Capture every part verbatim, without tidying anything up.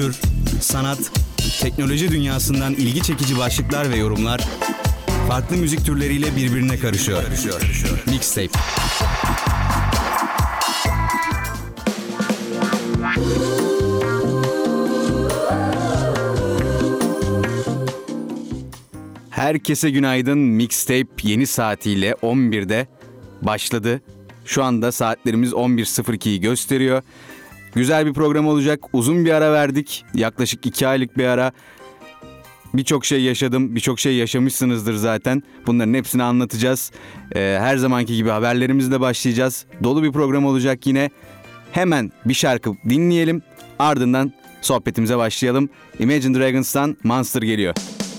kültür, sanat, teknoloji dünyasından ilgi çekici başlıklar ve yorumlar farklı müzik türleriyle birbirine karışıyor. Mixtape. Herkese günaydın. Mixtape yeni saatiyle on birde başladı. Şu anda saatlerimiz on bir sıfır ikiyi gösteriyor. Güzel bir program olacak. Uzun bir ara verdik. Yaklaşık iki aylık bir ara. Birçok şey yaşadım. Birçok şey yaşamışsınızdır zaten. Bunların hepsini anlatacağız. Ee, her zamanki gibi haberlerimizle başlayacağız. Dolu bir program olacak yine. Hemen bir şarkı dinleyelim. Ardından sohbetimize başlayalım. Imagine Dragons'tan Monster geliyor.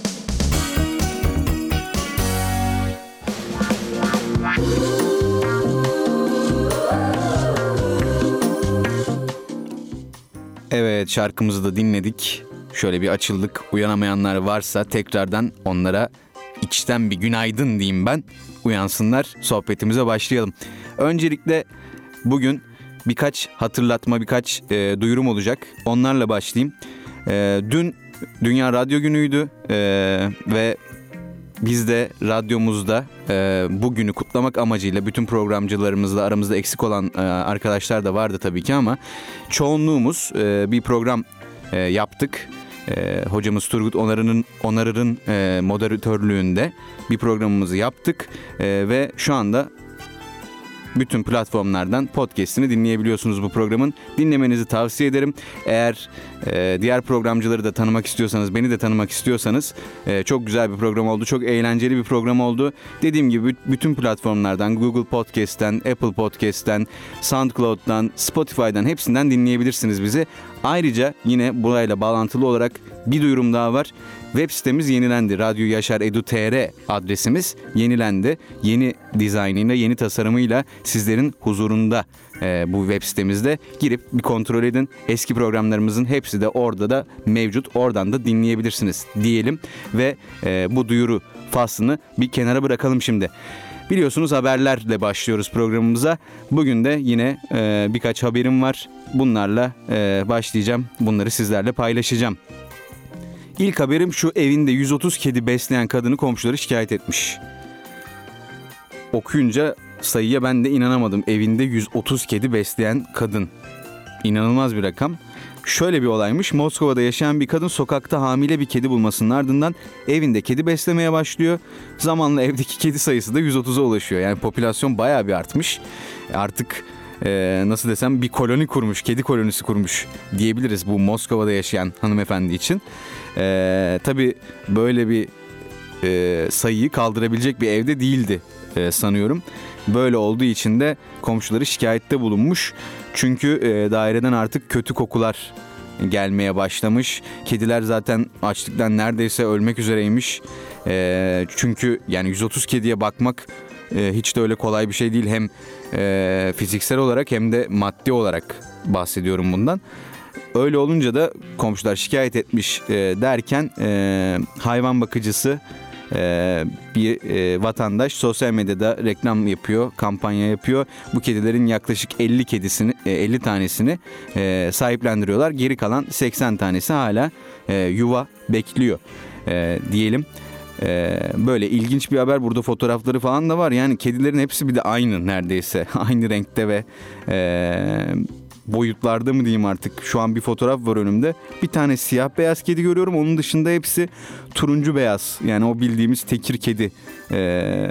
Evet, şarkımızı da dinledik. Şöyle bir açıldık. Uyanamayanlar varsa tekrardan onlara içten bir günaydın diyeyim ben. Uyansınlar, sohbetimize başlayalım. Öncelikle bugün birkaç hatırlatma, birkaç e, duyurum olacak. Onlarla başlayayım. E, dün Dünya Radyo Günü'ydü e, ve biz de radyomuzda e, bugünü kutlamak amacıyla bütün programcılarımızla aramızda eksik olan e, arkadaşlar da vardı tabii ki ama çoğunluğumuz e, bir program e, yaptık. E, hocamız Turgut Onarı'nın Onarı'nın e, moderatörlüğünde bir programımızı yaptık e, ve şu anda bütün platformlardan podcast'ini dinleyebiliyorsunuz bu programın. Dinlemenizi tavsiye ederim. Eğer e, diğer programcıları da tanımak istiyorsanız, beni de tanımak istiyorsanız e, çok güzel bir program oldu. Çok eğlenceli bir program oldu. Dediğim gibi bütün platformlardan, Google Podcast'ten, Apple Podcast'ten, SoundCloud'dan, Spotify'dan hepsinden dinleyebilirsiniz bizi. Ayrıca yine burayla bağlantılı olarak bir duyurum daha var. Web sitemiz yenilendi. Radyo Yaşar Edu nokta tr adresimiz yenilendi. Yeni dizaynıyla, yeni tasarımıyla sizlerin huzurunda e, bu web sitemizde girip bir kontrol edin. Eski programlarımızın hepsi de orada da mevcut. Oradan da dinleyebilirsiniz diyelim ve e, bu duyuru faslını bir kenara bırakalım şimdi. Biliyorsunuz haberlerle başlıyoruz programımıza. Bugün de yine e, birkaç haberim var. Bunlarla e, başlayacağım. Bunları sizlerle paylaşacağım. İlk haberim şu: evinde yüz otuz kedi besleyen kadını komşuları şikayet etmiş. Okuyunca sayıya ben de inanamadım. Evinde yüz otuz kedi besleyen kadın. İnanılmaz bir rakam. Şöyle bir olaymış. Moskova'da yaşayan bir kadın sokakta hamile bir kedi bulmasının ardından evinde kedi beslemeye başlıyor. Zamanla evdeki kedi sayısı da yüz otuza ulaşıyor. Yani popülasyon bayağı bir artmış. Artık Ee, nasıl desem bir koloni kurmuş, kedi kolonisi kurmuş diyebiliriz bu Moskova'da yaşayan hanımefendi için. Ee, tabii böyle bir e, sayıyı kaldırabilecek bir evde değildi e, sanıyorum. Böyle olduğu için de komşuları şikayette bulunmuş. Çünkü e, daireden artık kötü kokular gelmeye başlamış. Kediler zaten açlıktan neredeyse ölmek üzereymiş. E, çünkü yani yüz otuz kediye bakmak e, hiç de öyle kolay bir şey değil. Hem e, fiziksel olarak hem de maddi olarak bahsediyorum bundan. Öyle olunca da komşular şikayet etmiş e, derken e, hayvan bakıcısı e, bir e, vatandaş sosyal medyada reklam yapıyor, kampanya yapıyor. Bu kedilerin yaklaşık elli kedisini, e, elli tanesini e, sahiplendiriyorlar. Geri kalan seksen tanesi hala e, yuva bekliyor e, diyelim. Ee, böyle ilginç bir haber. Burada fotoğrafları falan da var. Yani kedilerin hepsi bir de aynı neredeyse. Aynı renkte ve e, boyutlarda mı diyeyim artık. Şu an bir fotoğraf var önümde. Bir tane siyah beyaz kedi görüyorum. Onun dışında hepsi turuncu beyaz. Yani o bildiğimiz tekir kedi e,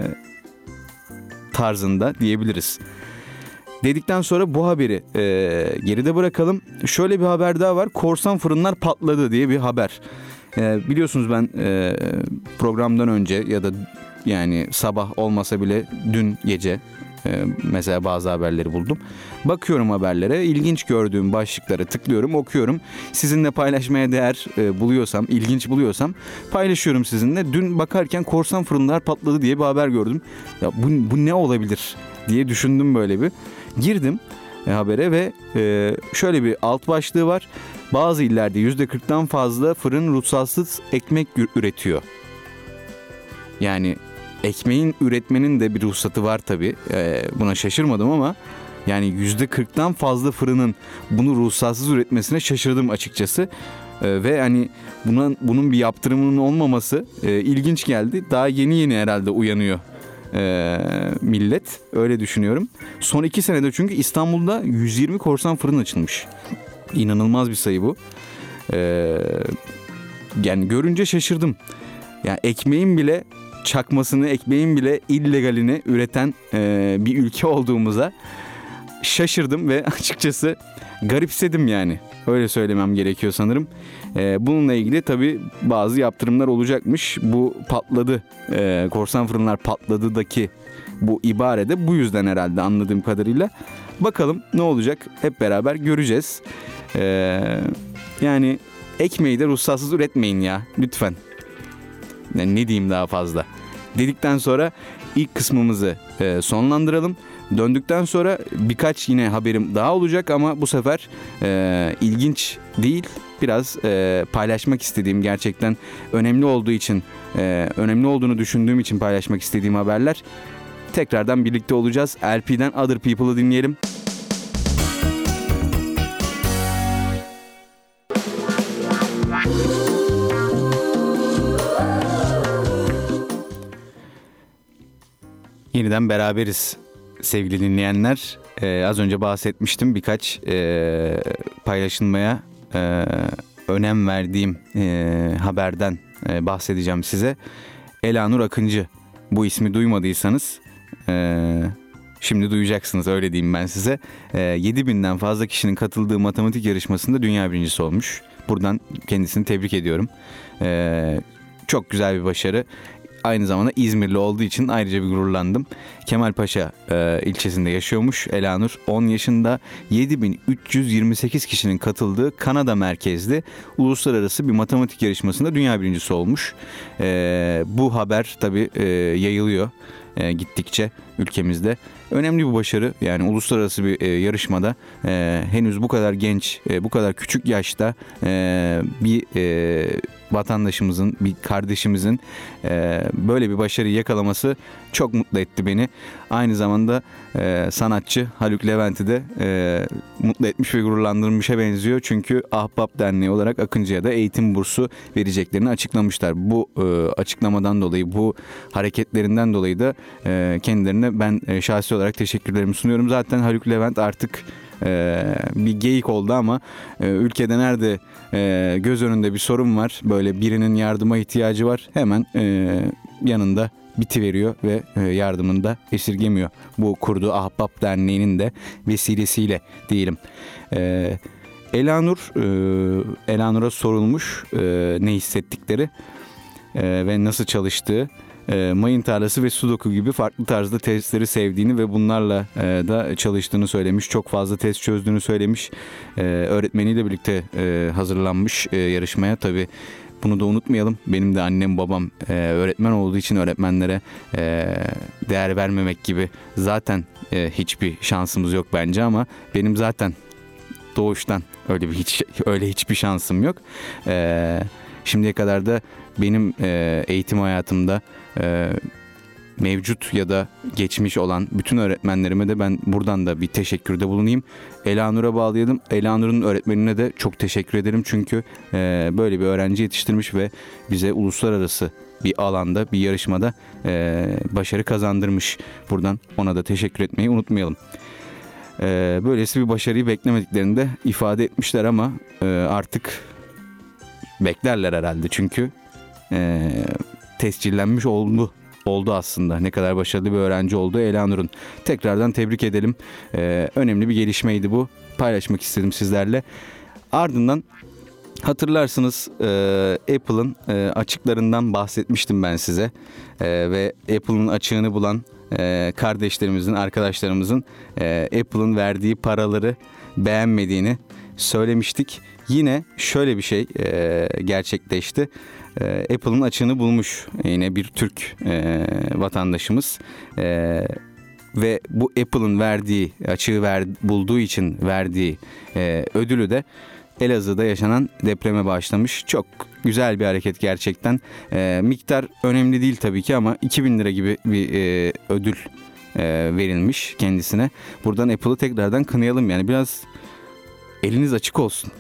tarzında diyebiliriz. Dedikten sonra bu haberi e, geride bırakalım. Şöyle bir haber daha var. Korsan fırınlar patladı diye bir haber. Ee, biliyorsunuz ben e, programdan önce ya da yani sabah olmasa bile dün gece e, mesela bazı haberleri buldum. Bakıyorum haberlere, ilginç gördüğüm başlıklara tıklıyorum, okuyorum. Sizinle paylaşmaya değer e, buluyorsam, ilginç buluyorsam paylaşıyorum sizinle. Dün bakarken korsan fırınlar patladı diye bir haber gördüm. Ya bu, bu ne olabilir diye düşündüm böyle bir. Girdim e, habere ve e, şöyle bir alt başlığı var. Bazı illerde yüzde kırktan fazla fırın ruhsatsız ekmek üretiyor. Yani ekmeğin üretmenin de bir ruhsatı var tabii. Ee, buna şaşırmadım ama yani yüzde kırktan fazla fırının bunu ruhsatsız üretmesine şaşırdım açıkçası. E, ve hani buna, bunun bir yaptırımının olmaması e, ilginç geldi. Daha yeni yeni herhalde uyanıyor e, millet. Öyle düşünüyorum. Son iki senede çünkü İstanbul'da yüz yirmi korsan fırın açılmış. İnanılmaz bir sayı bu. E, yani görünce şaşırdım. Yani ekmeğin bile çakmasını, ekmeğin bile illegalini üreten e, bir ülke olduğumuza şaşırdım ve açıkçası garipsedim yani. Öyle söylemem gerekiyor sanırım. Ee, bununla ilgili tabii bazı yaptırımlar olacakmış. Bu patladı, e, korsan fırınlar patladıdaki bu ibarede bu yüzden herhalde, anladığım kadarıyla. Bakalım ne olacak, hep beraber göreceğiz. Ee, yani ekmeği de ruhsatsız üretmeyin ya, lütfen. Yani ne diyeyim daha fazla. Dedikten sonra ilk kısmımızı e, sonlandıralım. Döndükten sonra birkaç yine haberim daha olacak ama bu sefer e, ilginç değil. Biraz e, paylaşmak istediğim, gerçekten önemli olduğu için, e, önemli olduğunu düşündüğüm için paylaşmak istediğim haberler. Tekrardan birlikte olacağız. L P'den Other People'ı dinleyelim. Yeniden beraberiz sevgili dinleyenler. Ee, az önce bahsetmiştim, birkaç e, paylaşılmaya e, önem verdiğim e, haberden e, bahsedeceğim size. Elanur Akıncı, bu ismi duymadıysanız e, şimdi duyacaksınız, öyle diyeyim ben size. E, yedi binden fazla kişinin katıldığı matematik yarışmasında dünya birincisi olmuş. Buradan kendisini tebrik ediyorum. E, çok güzel bir başarı. Aynı zamanda İzmirli olduğu için ayrıca bir gururlandım. Kemalpaşa e, ilçesinde yaşıyormuş Elanur. on yaşında, yedi bin üç yüz yirmi sekiz kişinin katıldığı Kanada merkezli uluslararası bir matematik yarışmasında dünya birincisi olmuş. E, bu haber tabii e, yayılıyor e, gittikçe ülkemizde. Önemli bir başarı, yani uluslararası bir e, yarışmada e, henüz bu kadar genç, e, bu kadar küçük yaşta e, bir e, vatandaşımızın, bir kardeşimizin e, böyle bir başarıyı yakalaması çok mutlu etti beni. Aynı zamanda e, sanatçı Haluk Levent'i de e, mutlu etmiş ve gururlandırmışa benziyor. Çünkü Ahbap Derneği olarak Akıncı'ya da eğitim bursu vereceklerini açıklamışlar. Bu e, açıklamadan dolayı, bu hareketlerinden dolayı da e, kendilerine ben e, şahsi olarak teşekkürlerimi sunuyorum. Zaten Haluk Levent artık Ee, bir geyik oldu ama e, ülkede nerede e, göz önünde bir sorun var, böyle birinin yardıma ihtiyacı var, hemen e, yanında bitiveriyor ve e, yardımını da esirgemiyor. Bu kurduğu Ahbap Derneği'nin de vesilesiyle diyelim. E, Elanur, e, Elanur'a sorulmuş e, ne hissettikleri e, ve nasıl çalıştığı. E, mayın tarlası ve sudoku gibi farklı tarzda testleri sevdiğini ve bunlarla e, da çalıştığını söylemiş. Çok fazla test çözdüğünü söylemiş. E, öğretmeniyle birlikte e, hazırlanmış e, yarışmaya. Tabii bunu da unutmayalım. Benim de annem babam e, öğretmen olduğu için öğretmenlere e, değer vermemek gibi zaten e, hiçbir şansımız yok bence, ama benim zaten doğuştan öyle bir hiç öyle hiçbir şansım yok. E, şimdiye kadar da benim e, eğitim hayatımda e, mevcut ya da geçmiş olan bütün öğretmenlerime de ben buradan da bir teşekkürde bulunayım. Elanur'a bağlayalım. Elanur'un öğretmenine de çok teşekkür ederim. Çünkü e, böyle bir öğrenci yetiştirmiş ve bize uluslararası bir alanda, bir yarışmada e, başarı kazandırmış. Buradan ona da teşekkür etmeyi unutmayalım. E, böylesi bir başarıyı beklemediklerini de ifade etmişler ama e, artık beklerler herhalde. Çünkü e, tescillenmiş oldu. Oldu aslında. Ne kadar başarılı bir öğrenci olduğu Elanur'un. Tekrardan tebrik edelim. Ee, önemli bir gelişmeydi bu. Paylaşmak istedim sizlerle. Ardından hatırlarsınız e, Apple'ın e, açıklarından bahsetmiştim ben size. E, ve Apple'ın açığını bulan e, kardeşlerimizin, arkadaşlarımızın e, Apple'ın verdiği paraları beğenmediğini söylemiştik. Yine şöyle bir şey e, gerçekleşti. E, Apple'ın açığını bulmuş yine bir Türk e, vatandaşımız e, ve bu Apple'ın verdiği açığı ver, bulduğu için verdiği e, ödülü de Elazığ'da yaşanan depreme bağışlamış. Çok güzel bir hareket gerçekten. E, miktar önemli değil tabii ki ama iki bin lira gibi bir e, ödül e, verilmiş kendisine. Buradan Apple'ı tekrardan kınayalım, yani biraz eliniz açık olsun.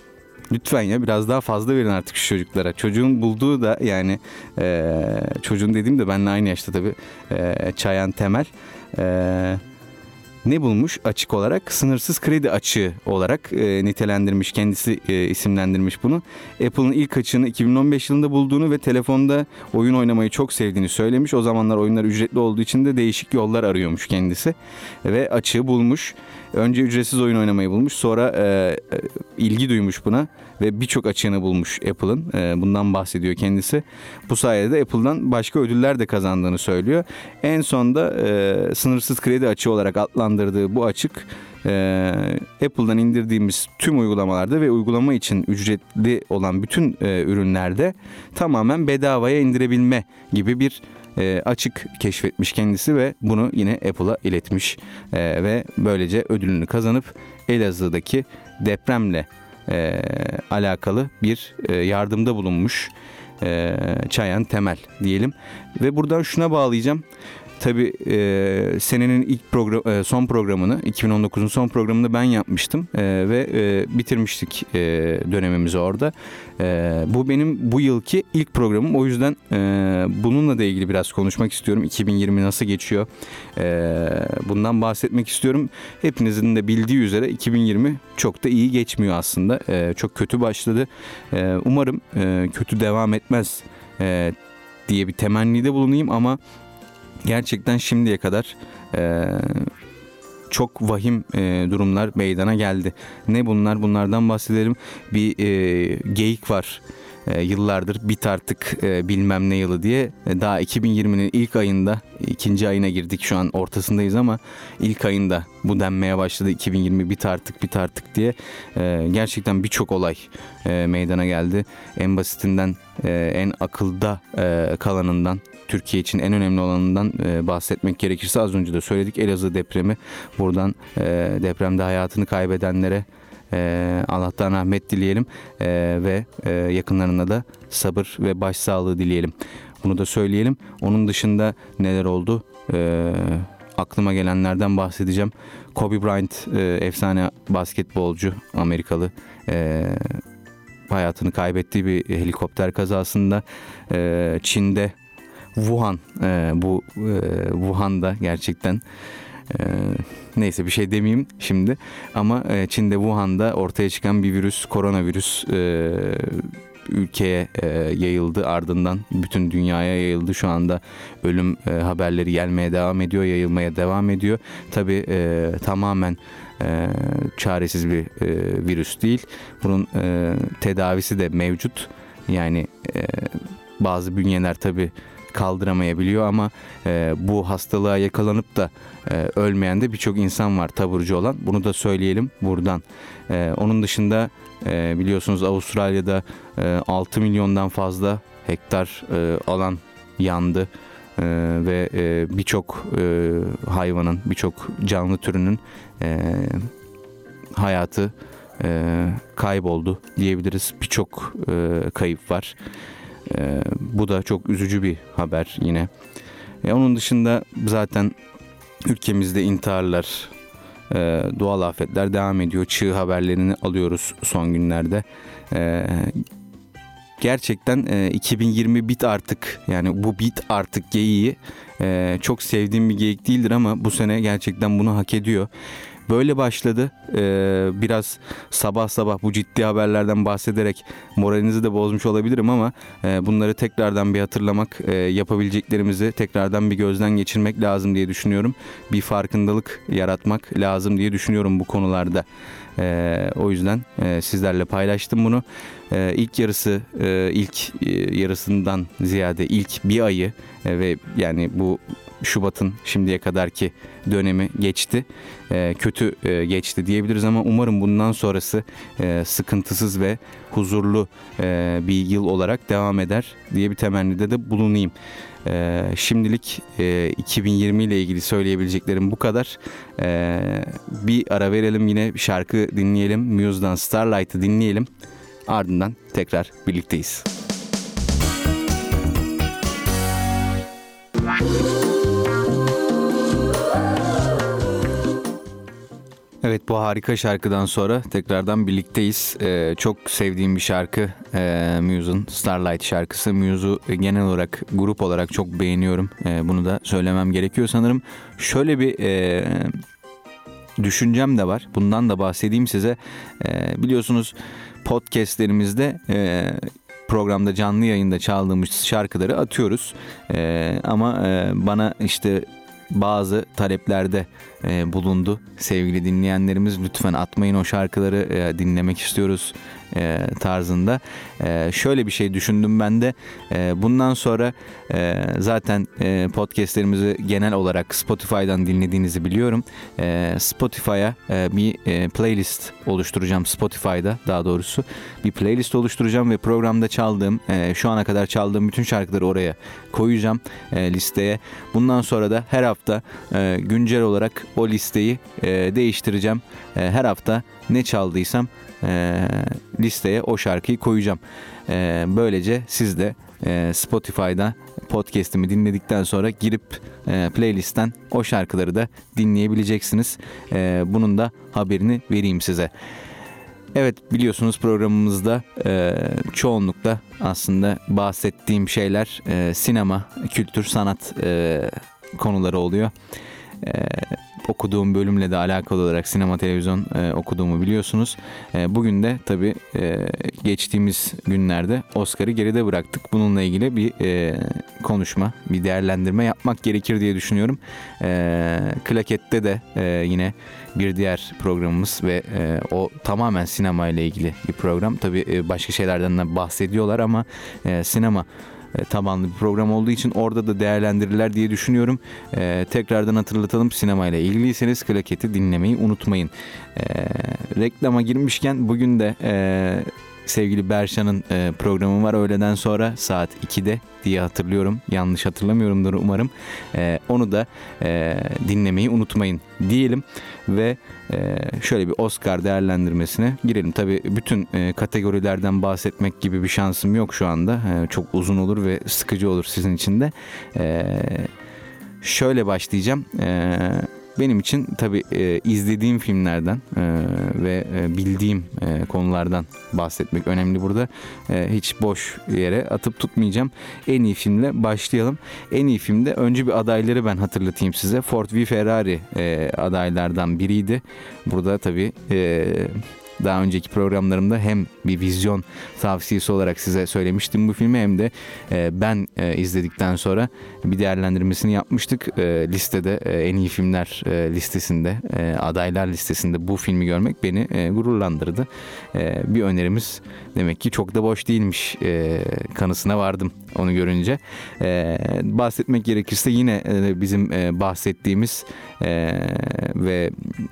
Lütfen ya biraz daha fazla verin artık şu çocuklara. Çocuğun bulduğu da yani e, çocuğun dediğim de benimle aynı yaşta tabii e, Çayan Temel. E, ne bulmuş açık olarak? Sınırsız kredi açığı olarak e, nitelendirmiş, kendisi e, isimlendirmiş bunu. Apple'ın ilk açığını iki bin on beş yılında bulduğunu ve telefonda oyun oynamayı çok sevdiğini söylemiş. O zamanlar oyunlar ücretli olduğu için de değişik yollar arıyormuş kendisi ve açığı bulmuş. Önce ücretsiz oyun oynamayı bulmuş, sonra e, ilgi duymuş buna ve birçok açığını bulmuş Apple'ın. E, bundan bahsediyor kendisi. Bu sayede de Apple'dan başka ödüller de kazandığını söylüyor. En sonda e, sınırsız kredi açığı olarak adlandırdığı bu açık e, Apple'dan indirdiğimiz tüm uygulamalarda ve uygulama için ücretli olan bütün e, ürünlerde tamamen bedavaya indirebilme gibi bir E, açık keşfetmiş kendisi ve bunu yine Apple'a iletmiş e, ve böylece ödülünü kazanıp Elazığ'daki depremle e, alakalı bir e, yardımda bulunmuş e, Çayan Temel diyelim. Ve buradan şuna bağlayacağım. Tabii e, senenin ilk program, e, son programını, iki bin on dokuzun son programını ben yapmıştım e, ve e, bitirmiştik e, dönemimizi orada. E, bu benim bu yılki ilk programım. O yüzden e, bununla da ilgili biraz konuşmak istiyorum. iki bin yirmi nasıl geçiyor? E, bundan bahsetmek istiyorum. Hepinizin de bildiği üzere iki bin yirmi çok da iyi geçmiyor aslında. E, çok kötü başladı. E, umarım e, kötü devam etmez e, diye bir temennide bulunayım ama gerçekten şimdiye kadar e, çok vahim e, durumlar meydana geldi. Ne bunlar? Bunlardan bahsedelim. Bir e, geyik var. E, yıllardır bit artık e, bilmem ne yılı diye. E, daha iki bin yirminin ilk ayında, ikinci ayına girdik, şu an ortasındayız ama ilk ayında bu denmeye başladı. iki bin yirmi bit artık bit artık diye. E, gerçekten birçok olay e, meydana geldi. En basitinden, e, en akılda e, kalanından, Türkiye için en önemli olanından e, bahsetmek gerekirse az önce de söyledik, Elazığ depremi. Buradan e, depremde hayatını kaybedenlere e, Allah'tan rahmet dileyelim e, ve e, yakınlarına da sabır ve başsağlığı dileyelim. Bunu da söyleyelim. Onun dışında neler oldu? E, aklıma gelenlerden bahsedeceğim. Kobe Bryant, e, efsane basketbolcu, Amerikalı, e, hayatını kaybettiği bir helikopter kazasında e, Çin'de Wuhan, e, bu e, Wuhan'da gerçekten e, neyse bir şey demeyeyim şimdi ama e, Çin'de Wuhan'da ortaya çıkan bir virüs, koronavirüs e, ülkeye e, yayıldı, ardından bütün dünyaya yayıldı. Şu anda ölüm e, haberleri gelmeye devam ediyor, yayılmaya devam ediyor. Tabii e, tamamen e, çaresiz bir e, virüs değil. Bunun e, tedavisi de mevcut. Yani e, bazı bünyeler tabii kaldıramayabiliyor ama e, bu hastalığa yakalanıp da e, ölmeyen de birçok insan var, taburcu olan. Bunu da söyleyelim buradan. E, onun dışında e, biliyorsunuz Avustralya'da e, altı milyondan fazla hektar e, alan yandı e, ve e, birçok e, hayvanın, birçok canlı türünün e, hayatı e, kayboldu diyebiliriz. Birçok e, kayıp var. Ee, bu da çok üzücü bir haber yine. E, onun dışında zaten ülkemizde intiharlar, e, doğal afetler devam ediyor. Çığ haberlerini alıyoruz son günlerde. E, gerçekten e, iki bin yirmi bit artık, yani bu bit artık geyiği e, çok sevdiğim bir geyik değildir ama bu sene gerçekten bunu hak ediyor. Böyle başladı. Ee, biraz sabah sabah bu ciddi haberlerden bahsederek moralinizi de bozmuş olabilirim ama e, bunları tekrardan bir hatırlamak, e, yapabileceklerimizi tekrardan bir gözden geçirmek lazım diye düşünüyorum. Bir farkındalık yaratmak lazım diye düşünüyorum bu konularda. E, o yüzden e, sizlerle paylaştım bunu. E, ilk yarısı, e, ilk e, yarısından ziyade ilk bir ayı e, ve yani bu Şubat'ın şimdiye kadarki dönemi geçti. E, kötü e, geçti diyebiliriz ama umarım bundan sonrası e, sıkıntısız ve huzurlu e, bir yıl olarak devam eder diye bir temennide de bulunayım. E, şimdilik e, iki bin yirmi ile ilgili söyleyebileceklerim bu kadar. E, bir ara verelim, yine bir şarkı dinleyelim. Muse'dan Starlight'ı dinleyelim. Ardından tekrar birlikteyiz. Evet, bu harika şarkıdan sonra tekrardan birlikteyiz. Ee, çok sevdiğim bir şarkı e, Muse'un Starlight şarkısı. Muse'u genel olarak, grup olarak çok beğeniyorum. E, bunu da söylemem gerekiyor sanırım. Şöyle bir e, düşüncem de var. Bundan da bahsedeyim size. E, biliyorsunuz podcastlerimizde e, programda canlı yayında çaldığımız şarkıları atıyoruz. E, ama e, bana işte bazı taleplerde e, bulundu sevgili dinleyenlerimiz. Lütfen atmayın o şarkıları, e, dinlemek istiyoruz e, tarzında. E, şöyle bir şey düşündüm ben de. E, bundan sonra e, zaten e, podcastlerimizi genel olarak Spotify'dan dinlediğinizi biliyorum. E, Spotify'a e, bir e, playlist oluşturacağım. Spotify'da daha doğrusu bir playlist oluşturacağım ve programda çaldığım, e, şu ana kadar çaldığım bütün şarkıları oraya koyacağım e, listeye. Bundan sonra da her hafta e, güncel olarak o listeyi e, değiştireceğim. E, her hafta ne çaldıysam e, listeye o şarkıyı koyacağım. E, böylece siz de e, Spotify'da podcast'imi dinledikten sonra girip e, playlistten o şarkıları da dinleyebileceksiniz. E, bunun da haberini vereyim size. Evet, biliyorsunuz programımızda e, çoğunlukla aslında bahsettiğim şeyler e, sinema, kültür, sanat e, konuları oluyor. E, okuduğum bölümle de alakalı olarak sinema, televizyon e, okuduğumu biliyorsunuz. E, bugün de tabii e, geçtiğimiz günlerde Oscar'ı geride bıraktık. Bununla ilgili bir e, konuşma, bir değerlendirme yapmak gerekir diye düşünüyorum. E, Klaket'te de e, yine bir diğer programımız ve e, o tamamen sinema ile ilgili bir program. Tabii e, başka şeylerden de bahsediyorlar ama e, sinema tabanlı bir program olduğu için orada da değerlendirirler diye düşünüyorum. Ee, tekrardan hatırlatalım, sinemayla ilgiliyseniz Klaket'i dinlemeyi unutmayın. Ee, reklama girmişken bugün de e, sevgili Berşan'ın e, programı var öğleden sonra saat ikide diye hatırlıyorum. Yanlış hatırlamıyorumdur umarım. E, onu da e, dinlemeyi unutmayın diyelim ve e, şöyle bir Oscar değerlendirmesine girelim. Tabii bütün e, kategorilerden bahsetmek gibi bir şansım yok şu anda. E, çok uzun olur ve sıkıcı olur sizin için de. E, şöyle başlayacağım. E, Benim için tabii e, izlediğim filmlerden e, ve e, bildiğim e, konulardan bahsetmek önemli burada. E, hiç boş yere atıp tutmayacağım. En iyi filmle başlayalım. En iyi filmde önce bir adayları ben hatırlatayım size. Ford v Ferrari e, adaylardan biriydi. Burada tabii E, daha önceki programlarımda hem bir vizyon tavsiyesi olarak size söylemiştim bu filmi, hem de e, ben e, izledikten sonra bir değerlendirmesini yapmıştık. E, listede e, en iyi filmler e, listesinde, e, adaylar listesinde bu filmi görmek beni e, gururlandırdı. E, bir önerimiz demek ki çok da boş değilmiş e, kanısına vardım onu görünce. E, bahsetmek gerekirse yine e, bizim e, bahsettiğimiz e, ve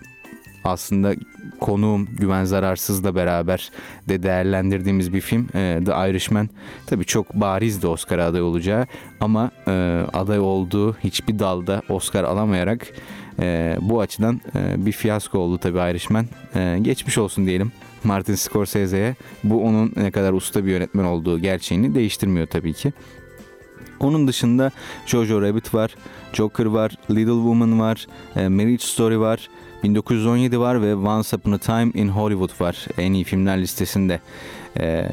aslında konuğum Güven Zararsız'la beraber de değerlendirdiğimiz bir film The Irishman. Tabii çok barizdi Oscar aday olacağı ama aday olduğu hiçbir dalda Oscar alamayarak bu açıdan bir fiyasko oldu tabii Irishman. Geçmiş olsun diyelim Martin Scorsese'ye. Bu onun ne kadar usta bir yönetmen olduğu gerçeğini değiştirmiyor tabii ki. Onun dışında Jojo Rabbit var, Joker var, Little Woman var, Marriage Story var, bin dokuz yüz on yedi var ve Once Upon a Time in Hollywood var en iyi filmler listesinde. Ee,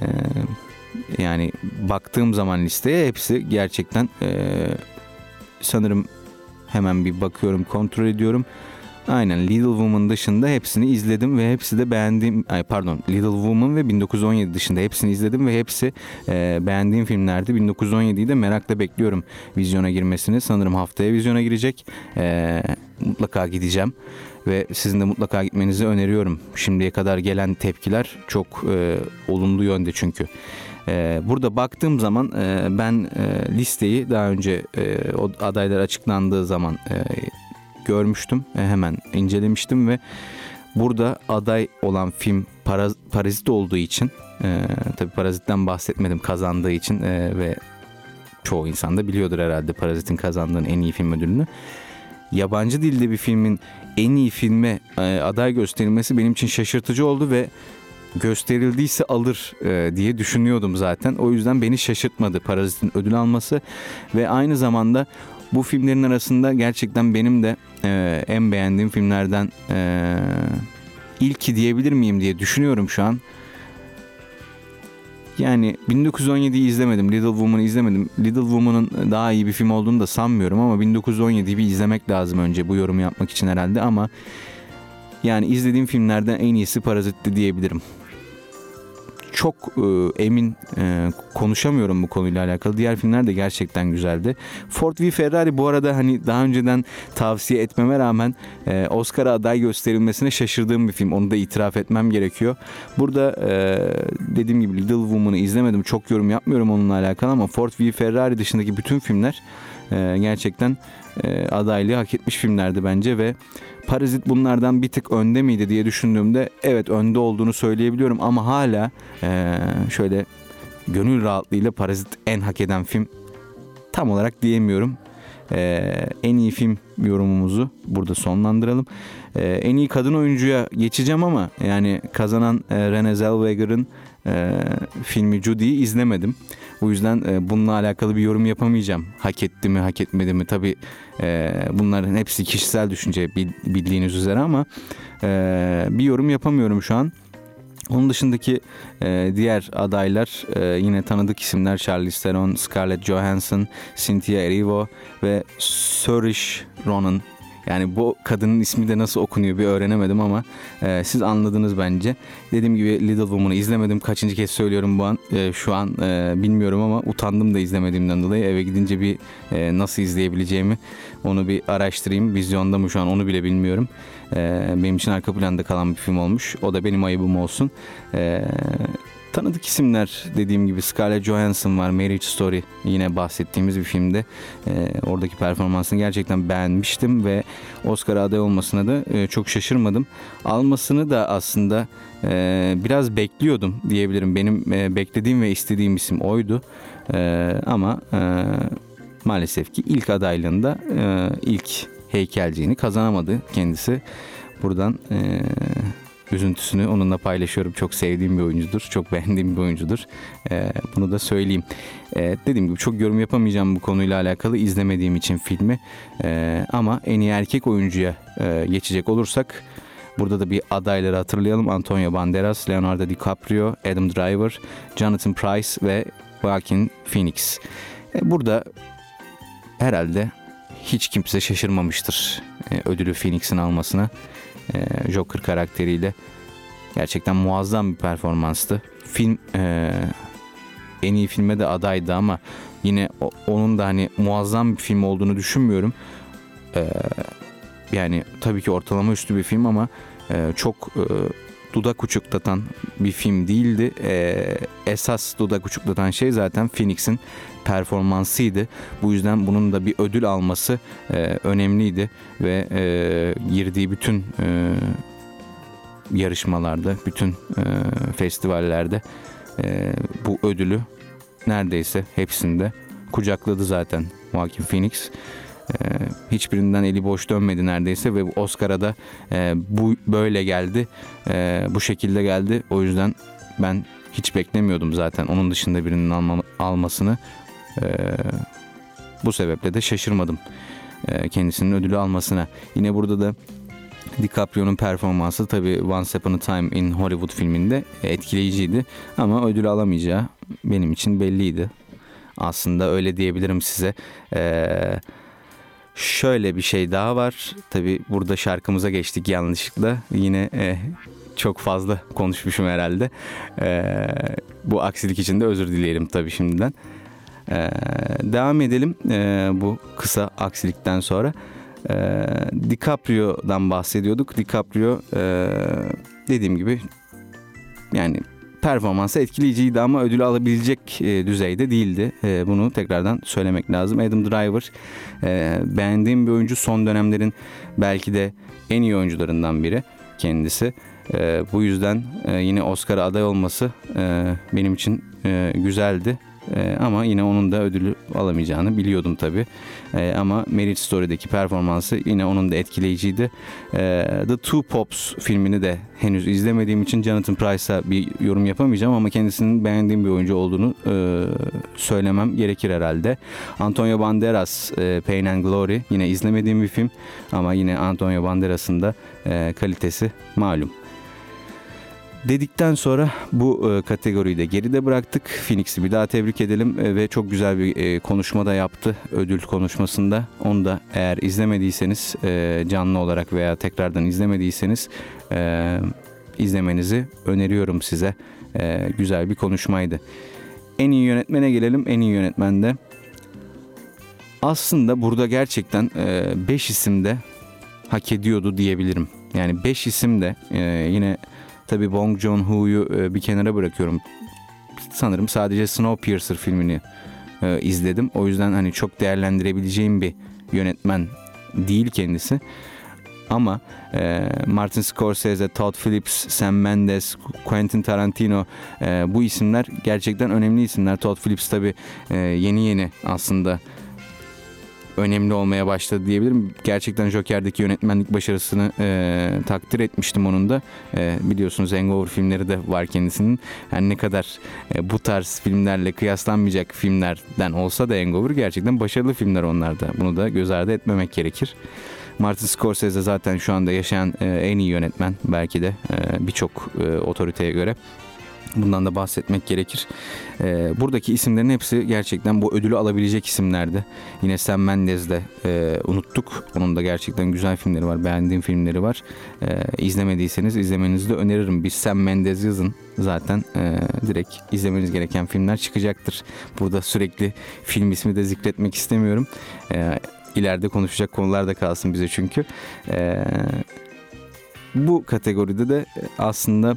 yani baktığım zaman listeye hepsi gerçekten e, sanırım hemen bir bakıyorum, kontrol ediyorum. Aynen, Little Woman dışında hepsini izledim ve hepsi de beğendiğim, ay pardon Little Woman ve bin dokuz yüz on yedi dışında hepsini izledim ve hepsi e, beğendiğim filmlerdi. bin dokuz yüz on yediyi de merakla bekliyorum vizyona girmesini. Sanırım haftaya vizyona girecek. E, mutlaka gideceğim ve sizin de mutlaka gitmenizi öneriyorum. Şimdiye kadar gelen tepkiler çok e, olumlu yönde çünkü. E, burada baktığım zaman e, ben e, listeyi daha önce e, o adaylar açıklandığı zaman e, görmüştüm. E, hemen incelemiştim ve burada aday olan film Paraz- Parazit olduğu için, e, tabii Parazit'ten bahsetmedim kazandığı için e, ve çoğu insan da biliyordur herhalde Parazit'in kazandığını, en iyi film ödülünü. Yabancı dilde bir filmin en iyi filme e, aday gösterilmesi benim için şaşırtıcı oldu ve gösterildiyse alır e, diye düşünüyordum zaten. O yüzden beni şaşırtmadı Parazit'in ödül alması ve aynı zamanda Bu filmlerin arasında gerçekten benim de e, en beğendiğim filmlerden e, ilki diyebilir miyim diye düşünüyorum şu an. Yani bin dokuz yüz on yediyi izlemedim, Little Woman'ı izlemedim. Little Woman'ın daha iyi bir film olduğunu da sanmıyorum ama bin dokuz yüz on yediyi bir izlemek lazım önce bu yorumu yapmak için herhalde, ama yani izlediğim filmlerden en iyisi Parazit'ti diyebilirim. Çok e, emin e, konuşamıyorum bu konuyla alakalı. Diğer filmler de gerçekten güzeldi. Ford v Ferrari bu arada hani daha önceden tavsiye etmeme rağmen e, Oscar'a aday gösterilmesine şaşırdığım bir film. Onu da itiraf etmem gerekiyor. Burada e, dediğim gibi Little Woman'ı izlemedim. Çok yorum yapmıyorum onunla alakalı ama Ford v Ferrari dışındaki bütün filmler e, gerçekten e, adaylığı hak etmiş filmlerdi bence ve Parazit bunlardan bir tık önde miydi diye düşündüğümde evet önde olduğunu söyleyebiliyorum ama hala e, şöyle gönül rahatlığıyla Parazit en hak eden film tam olarak diyemiyorum. E, en iyi film yorumumuzu burada sonlandıralım. E, en iyi kadın oyuncuya geçeceğim ama yani kazanan e, Renée Zellweger'ın e, filmi Judy'yi izlemedim. Bu yüzden e, bununla alakalı bir yorum yapamayacağım. Hak etti mi, hak etmedi mi? Tabii e, bunların hepsi kişisel düşünce bildiğiniz üzere ama e, bir yorum yapamıyorum şu an. Onun dışındaki e, diğer adaylar e, yine tanıdık isimler: Charlize Theron, Scarlett Johansson, Cynthia Erivo ve Saoirse Ronan. Yani bu kadının ismi de nasıl okunuyor bir öğrenemedim ama e, siz anladınız bence. Dediğim gibi Little Woman'ı izlemedim. Kaçıncı kez söylüyorum bu an. E, şu an e, bilmiyorum ama utandım da izlemediğimden dolayı. Eve gidince bir e, nasıl izleyebileceğimi onu bir araştırayım. Vizyonda mı şu an onu bile bilmiyorum. E, benim için arka planda kalan bir film olmuş. O da benim ayıbım olsun. E, Tanıdık isimler dediğim gibi Scarlett Johansson var. Marriage Story yine bahsettiğimiz bir filmde. Ee, oradaki performansını gerçekten beğenmiştim ve Oscar'a aday olmasına da e, çok şaşırmadım. Almasını da aslında e, biraz bekliyordum diyebilirim. Benim e, beklediğim ve istediğim isim oydu. E, ama e, maalesef ki ilk adaylığında e, ilk heykelciğini kazanamadı kendisi. Buradan E, üzüntüsünü onunla paylaşıyorum. Çok sevdiğim bir oyuncudur. Çok beğendiğim bir oyuncudur. Ee, bunu da söyleyeyim. Ee, dediğim gibi çok yorum yapamayacağım bu konuyla alakalı izlemediğim için filmi. Ee, ama en iyi erkek oyuncuya e, geçecek olursak burada da bir adayları hatırlayalım. Antonio Banderas, Leonardo DiCaprio, Adam Driver, Jonathan Pryce ve Joaquin Phoenix. Ee, burada herhalde hiç kimse şaşırmamıştır e, ödülü Phoenix'in almasına. Joker karakteriyle gerçekten muazzam bir performanstı. Film e, en iyi filme de adaydı ama yine o, onun da hani muazzam bir film olduğunu düşünmüyorum. E, yani tabii ki ortalama üstü bir film ama e, çok e, dudak uçuklatan bir film değildi. E, esas dudak uçuklatan şey zaten Phoenix'in performansıydı. Bu yüzden bunun da bir ödül alması e, önemliydi ve e, girdiği bütün e, yarışmalarda, bütün e, festivallerde e, bu ödülü neredeyse hepsinde kucakladı zaten Joaquin Phoenix. E, hiçbirinden eli boş dönmedi neredeyse ve Oscar'a da e, bu böyle geldi, e, bu şekilde geldi. O yüzden ben hiç beklemiyordum zaten onun dışında birinin alma, almasını. Ee, bu sebeple de şaşırmadım ee, kendisinin ödülü almasına. Yine burada da DiCaprio'nun performansı tabii Once Upon a Time in Hollywood filminde etkileyiciydi ama ödülü alamayacağı benim için belliydi. Aslında öyle diyebilirim size. Ee, şöyle bir şey daha var. Tabii burada şarkımıza geçtik yanlışlıkla. Yine e, çok fazla konuşmuşum herhalde. Ee, bu aksilik için de özür dileyelim tabii şimdiden. Ee, devam edelim ee, bu kısa aksilikten sonra. Ee, DiCaprio'dan bahsediyorduk. DiCaprio ee, dediğim gibi yani performansı etkileyiciydi ama ödülü alabilecek e, düzeyde değildi. E, bunu tekrardan söylemek lazım. Adam Driver e, beğendiğim bir oyuncu. Son dönemlerin belki de en iyi oyuncularından biri kendisi. E, bu yüzden e, yine Oscar'a aday olması e, benim için e, güzeldi. E, ama yine onun da ödülü alamayacağını biliyordum tabii. E, ama Marriage Story'deki performansı yine onun da etkileyiciydi. E, The Two Popes filmini de henüz izlemediğim için Jonathan Pryce'a bir yorum yapamayacağım ama kendisinin beğendiğim bir oyuncu olduğunu e, söylemem gerekir herhalde. Antonio Banderas, e, Pain and Glory, yine izlemediğim bir film ama yine Antonio Banderas'ın da e, kalitesi malum. Dedikten sonra bu e, kategoriyi de geride bıraktık. Phoenix'i bir daha tebrik edelim e, ve çok güzel bir e, konuşma da yaptı ödül konuşmasında. Onu da eğer izlemediyseniz e, canlı olarak veya tekrardan izlemediyseniz e, izlemenizi öneriyorum size. E, güzel bir konuşmaydı. En iyi yönetmene gelelim. En iyi yönetmende aslında burada gerçekten beş isim de hak ediyordu diyebilirim. Yani beş isim de e, yine tabii Bong Joon-ho'yu e, bir kenara bırakıyorum. Sanırım sadece Snowpiercer filmini e, izledim. O yüzden hani çok değerlendirebileceğim bir yönetmen değil kendisi. Ama e, Martin Scorsese, Todd Phillips, Sam Mendes, Quentin Tarantino e, bu isimler gerçekten önemli isimler. Todd Phillips tabii e, yeni yeni aslında önemli olmaya başladı diyebilirim. Gerçekten Joker'deki yönetmenlik başarısını e, takdir etmiştim onun da. E, biliyorsunuz Hangover filmleri de var kendisinin. Yani ne kadar e, bu tarz filmlerle kıyaslanmayacak filmlerden olsa da Hangover gerçekten başarılı filmler onlar da. Bunu da göz ardı etmemek gerekir. Martin Scorsese zaten şu anda yaşayan e, en iyi yönetmen belki de e, birçok e, otoriteye göre. Bundan da bahsetmek gerekir. Ee, buradaki isimlerin hepsi gerçekten bu ödülü alabilecek isimlerdi. Yine Sam Mendes'de e, unuttuk. Onun da gerçekten güzel filmleri var. Beğendiğim filmleri var. Ee, izlemediyseniz izlemenizi de öneririm. Bir Sam Mendes yazın. Zaten e, direkt izlemeniz gereken filmler çıkacaktır. Burada sürekli film ismi de zikretmek istemiyorum. Ee, ileride konuşacak konular da kalsın bize çünkü. Ee, bu kategoride de aslında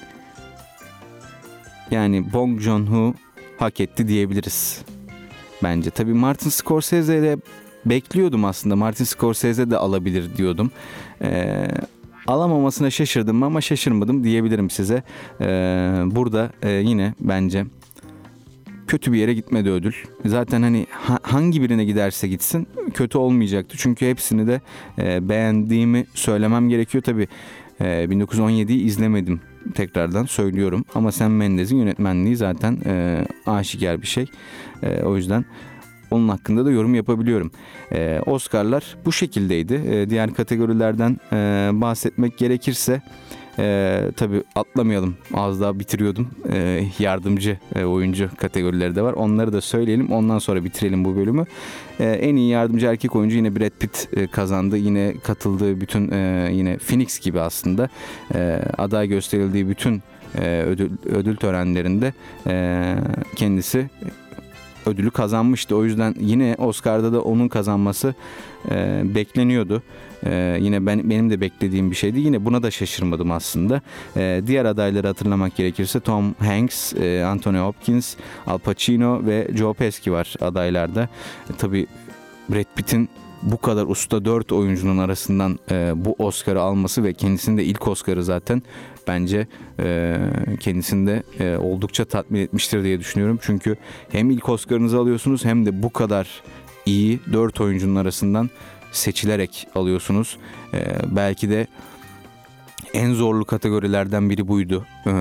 yani Bong Joon-ho hak etti diyebiliriz bence. Tabii Martin Scorsese'de bekliyordum aslında. Martin Scorsese de alabilir diyordum. Ee, alamamasına şaşırdım ama şaşırmadım diyebilirim size. Ee, burada e, yine bence kötü bir yere gitmedi ödül. Zaten hani ha, hangi birine giderse gitsin kötü olmayacaktı. Çünkü hepsini de e, beğendiğimi söylemem gerekiyor. Tabii e, bin dokuz yüz on yediyi izlemedim. Tekrardan söylüyorum ama Sam Mendes'in yönetmenliği zaten e, aşikar bir şey. E, o yüzden onun hakkında da yorum yapabiliyorum. E, Oscar'lar bu şekildeydi. E, diğer kategorilerden e, bahsetmek gerekirse e, tabii atlamayalım. Az daha bitiriyordum. E, yardımcı e, oyuncu kategorileri de var. Onları da söyleyelim. Ondan sonra bitirelim bu bölümü. E, en iyi yardımcı erkek oyuncu yine Brad Pitt e, kazandı. Yine katıldığı bütün e, yine Phoenix gibi aslında e, aday gösterildiği bütün e, ödül, ödül törenlerinde e, kendisi ödülü kazanmıştı. O yüzden yine Oscar'da da onun kazanması e, bekleniyordu. E, yine ben benim de beklediğim bir şeydi. Yine buna da şaşırmadım aslında. E, diğer adayları hatırlamak gerekirse Tom Hanks, e, Anthony Hopkins, Al Pacino ve Joe Pesci var adaylarda. E, tabii Brad Pitt'in bu kadar usta dört oyuncunun arasından e, bu Oscar'ı alması ve kendisinin de ilk Oscar'ı zaten bence e, kendisini de e, oldukça tatmin etmiştir diye düşünüyorum. Çünkü hem ilk Oscar'ınızı alıyorsunuz hem de bu kadar iyi dört oyuncunun arasından seçilerek alıyorsunuz. E, belki de en zorlu kategorilerden biri buydu e,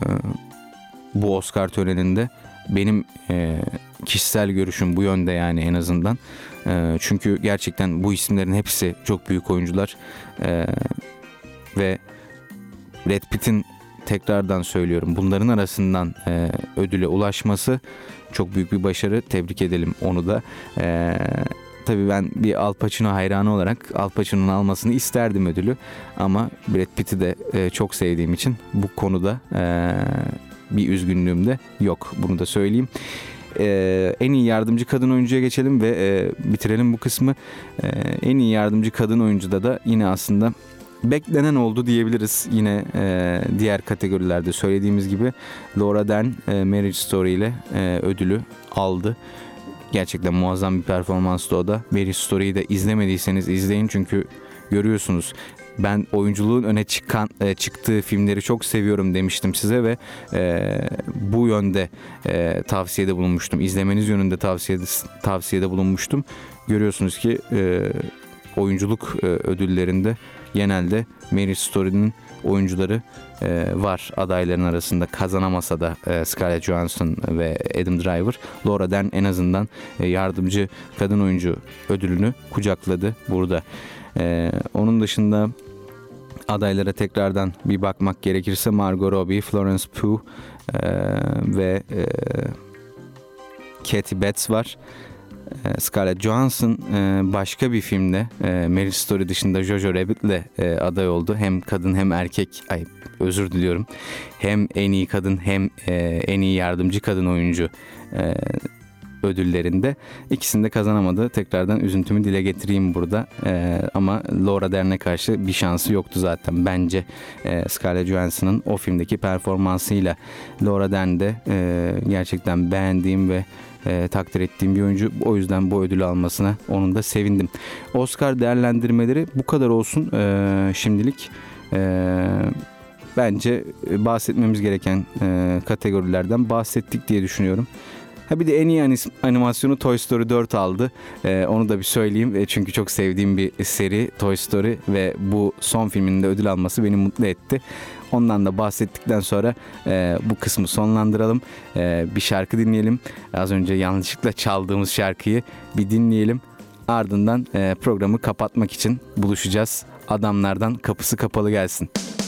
bu Oscar töreninde. Benim e, kişisel görüşüm bu yönde yani en azından. E, çünkü gerçekten bu isimlerin hepsi çok büyük oyuncular. E, ve Brad Pitt'in tekrardan söylüyorum bunların arasından e, ödüle ulaşması çok büyük bir başarı. Tebrik edelim onu da. E, tabii ben bir Al Pacino hayranı olarak Al Pacino'nun almasını isterdim ödülü. Ama Brad Pitt'i de e, çok sevdiğim için bu konuda e, bir üzgünlüğüm de yok. Bunu da söyleyeyim. Ee, en iyi yardımcı kadın oyuncuya geçelim ve e, bitirelim bu kısmı. Ee, en iyi yardımcı kadın oyuncuda da yine aslında beklenen oldu diyebiliriz. Yine e, diğer kategorilerde söylediğimiz gibi Laura Dern e, Marriage Story ile e, ödülü aldı. Gerçekten muazzam bir performanstı o da. Marriage Story'yi de izlemediyseniz izleyin çünkü görüyorsunuz ben oyunculuğun öne çıkan e, çıktığı filmleri çok seviyorum demiştim size ve e, bu yönde e, tavsiyede bulunmuştum. İzlemeniz yönünde tavsiyede tavsiyede bulunmuştum. Görüyorsunuz ki e, oyunculuk e, ödüllerinde genelde Marriage Story'nin oyuncuları e, var adayların arasında. Kazanamasa da e, Scarlett Johansson ve Adam Driver. Laura Dern en azından e, yardımcı kadın oyuncu ödülünü kucakladı burada. E, onun dışında adaylara tekrardan bir bakmak gerekirse Margot Robbie, Florence Pugh e, ve e, Kathy Bates var. Scarlett Johansson başka bir filmde Marriage Story dışında Jojo Rabbit'le aday oldu. Hem kadın hem erkek, ay özür diliyorum. Hem en iyi kadın hem en iyi yardımcı kadın oyuncu ödüllerinde. İkisini de kazanamadı. Tekrardan üzüntümü dile getireyim burada. Ama Laura Dern'e karşı bir şansı yoktu zaten. Bence Scarlett Johansson'ın o filmdeki performansıyla Laura Dern'de gerçekten beğendiğim ve E, takdir ettiğim bir oyuncu. O yüzden bu ödülü almasına onun da sevindim. Oscar değerlendirmeleri bu kadar olsun e, şimdilik. E, bence bahsetmemiz gereken e, kategorilerden bahsettik diye düşünüyorum. Ha bir de en iyi animasyonu Toy Story dört aldı. Ee, onu da bir söyleyeyim. E, çünkü çok sevdiğim bir seri Toy Story ve bu son filminin de ödül alması beni mutlu etti. Ondan da bahsettikten sonra e, bu kısmı sonlandıralım. E, bir şarkı dinleyelim. Az önce yanlışlıkla çaldığımız şarkıyı bir dinleyelim. Ardından e, programı kapatmak için buluşacağız. Adamlardan Kapısı Kapalı gelsin.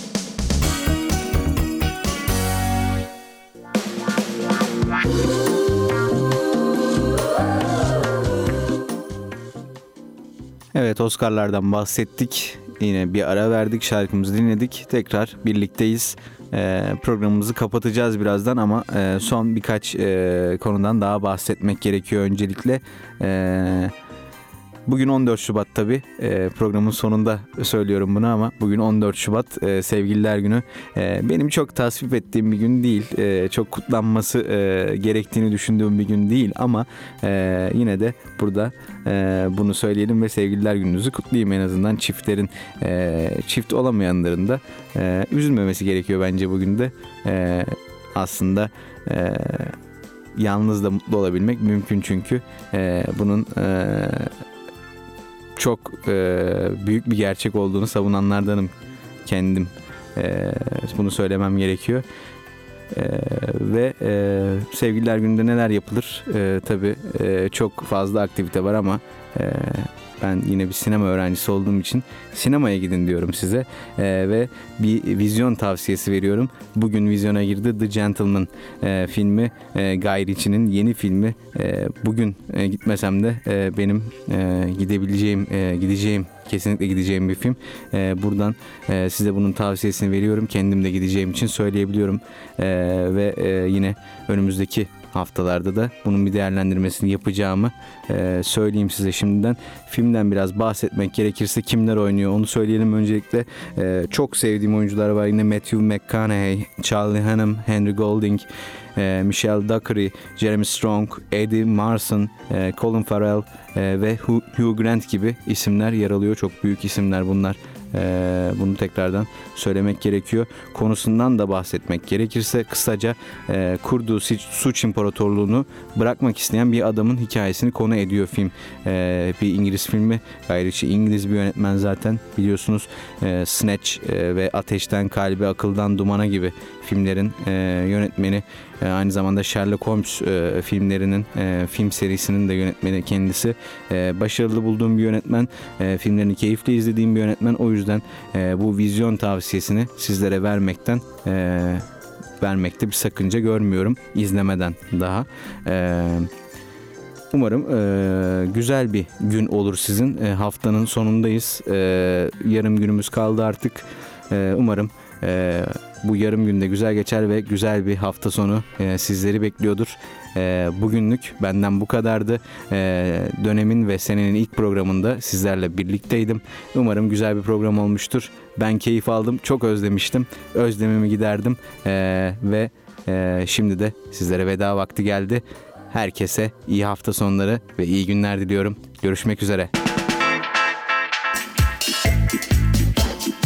Evet, Oscar'lardan bahsettik. Yine bir ara verdik, şarkımızı dinledik. Tekrar birlikteyiz. Ee, programımızı kapatacağız birazdan ama e, son birkaç e, konudan daha bahsetmek gerekiyor öncelikle. Ee, Bugün on dört Şubat tabii. E, programın sonunda söylüyorum bunu ama bugün on dört Şubat e, Sevgililer Günü. E, benim çok tasvip ettiğim bir gün değil. E, çok kutlanması e, gerektiğini düşündüğüm bir gün değil ama e, yine de burada e, bunu söyleyelim ve Sevgililer Gününüzü kutlayayım. En azından çiftlerin, e, çift olamayanların da e, üzülmemesi gerekiyor bence bugün de. E, aslında e, yalnız da mutlu olabilmek mümkün çünkü e, bunun e, çok e, büyük bir gerçek olduğunu savunanlardanım kendim. E, bunu söylemem gerekiyor. E, ve e, Sevgililer Günü'nde neler yapılır? E, tabii e, çok fazla aktivite var ama e, ben yine bir sinema öğrencisi olduğum için sinemaya gidin diyorum size. E, ve bir vizyon tavsiyesi veriyorum. Bugün vizyona girdi The Gentleman e, filmi. E, Guy Ritchie'nin yeni filmi. E, bugün e, gitmesem de e, benim e, gidebileceğim, e, gideceğim, kesinlikle gideceğim bir film. E, buradan e, size bunun tavsiyesini veriyorum. Kendim de gideceğim için söyleyebiliyorum. E, ve e, yine önümüzdeki haftalarda da bunun bir değerlendirmesini yapacağımı e, söyleyeyim size şimdiden. Filmden biraz bahsetmek gerekirse kimler oynuyor onu söyleyelim öncelikle. E, çok sevdiğim oyuncular var. Yine Matthew McConaughey, Charlie Hunnam, Henry Golding, e, Michelle Dockery, Jeremy Strong, Eddie Marsan, e, Colin Farrell e, ve Hugh Grant gibi isimler yer alıyor. Çok büyük isimler bunlar. Ee, bunu tekrardan söylemek gerekiyor. Konusundan da bahsetmek gerekirse kısaca e, kurduğu suç imparatorluğunu bırakmak isteyen bir adamın hikayesini konu ediyor film. E, bir İngiliz filmi. Gayri İngiliz bir yönetmen zaten biliyorsunuz. E, Snatch e, ve Ateşten Kalbe, Akıldan Dumana gibi filmlerin e, yönetmeni. E, aynı zamanda Sherlock Holmes e, filmlerinin e, film serisinin de yönetmeni kendisi. E, başarılı bulduğum bir yönetmen. E, filmlerini keyifle izlediğim bir yönetmen. O yüzden e, bu vizyon tavsiyesini sizlere vermekten e, vermekte bir sakınca görmüyorum. İzlemeden daha. E, Umarım e, güzel bir gün olur sizin. E, haftanın sonundayız. E, yarım günümüz kaldı artık. E, umarım e, bu yarım günde güzel geçer ve güzel bir hafta sonu e, sizleri bekliyordur. E, bugünlük benden bu kadardı. E, dönemin ve senenin ilk programında sizlerle birlikteydim. Umarım güzel bir program olmuştur. Ben keyif aldım. Çok özlemiştim. Özlemimi giderdim. E, ve e, şimdi de sizlere veda vakti geldi. Herkese iyi hafta sonları ve iyi günler diliyorum. Görüşmek üzere.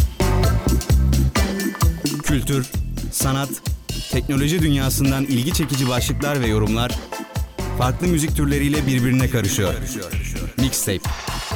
Kültür, sanat, teknoloji dünyasından ilgi çekici başlıklar ve yorumlar farklı müzik türleriyle birbirine karışıyor. Mixtape.